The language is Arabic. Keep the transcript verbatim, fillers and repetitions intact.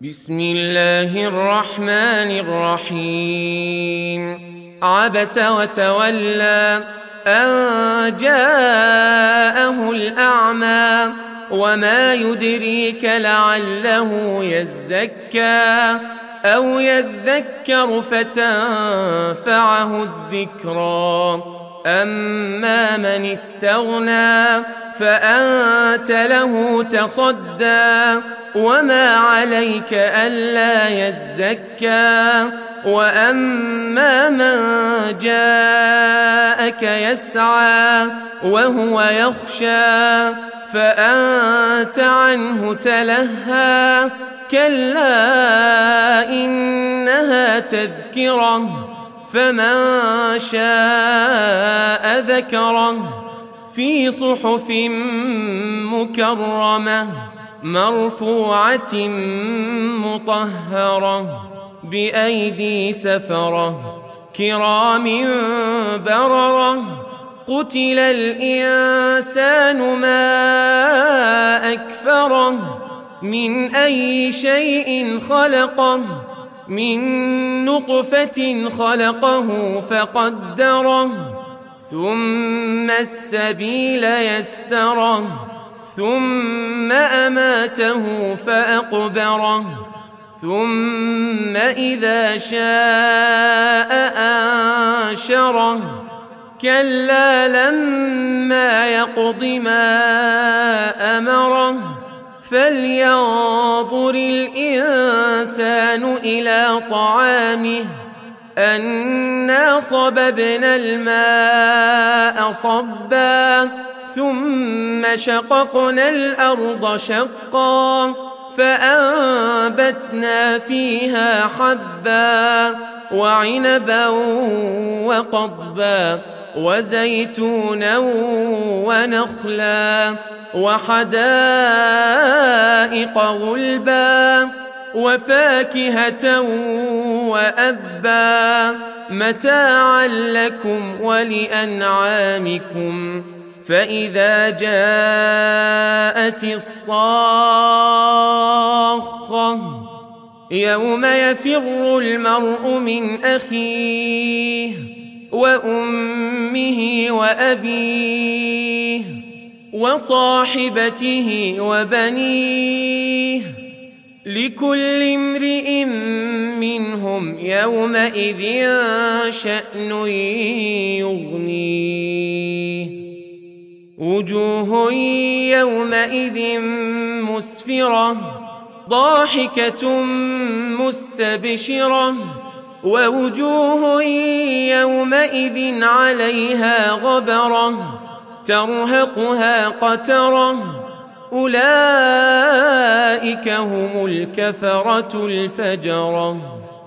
بسم الله الرحمن الرحيم عبس وتولى أن جاءه الأعمى وما يدريك لعله يزكى أو يذكر فتنفعه الذكرى أما من استغنى فأنت له تصدى وما عليك ألا يزكى وأما من جاءك يسعى وهو يخشى فأنت عنه تلهى كلا إنها تذكرة فمن شاء ذكره في صحف مكرمة مرفوعة مطهرة بأيدي سفرة كرام بررة قتل الإنسان ما أكفره من أي شيء خلقه من نطفة خلقه فقدره ثم السبيل يسره ثم أماته فأقبره ثم إذا شاء أنشره كلا لما يقض ما أمره فلينظر الإنسان إلى طعامه أنا صببنا الماء صبا ثم شققنا الأرض شقا فأنبتنا فيها حبا وعنبا وقضبا وزيتونا ونخلا وحدائق غلبا وفاكهة وأبا متاعا لكم ولأنعامكم فإذا جاءت الصاخة يوم يفر المرء من أخيه وأمه وأبيه وصاحبته وبنيه لكل امرئ منهم يومئذ شأن يغنيه وجوه يومئذ مسفرة ضاحكة مستبشرة ووجوه يومئذ عليها غبرة ترهقها قترة أولئك هم الكفرة الفجرة.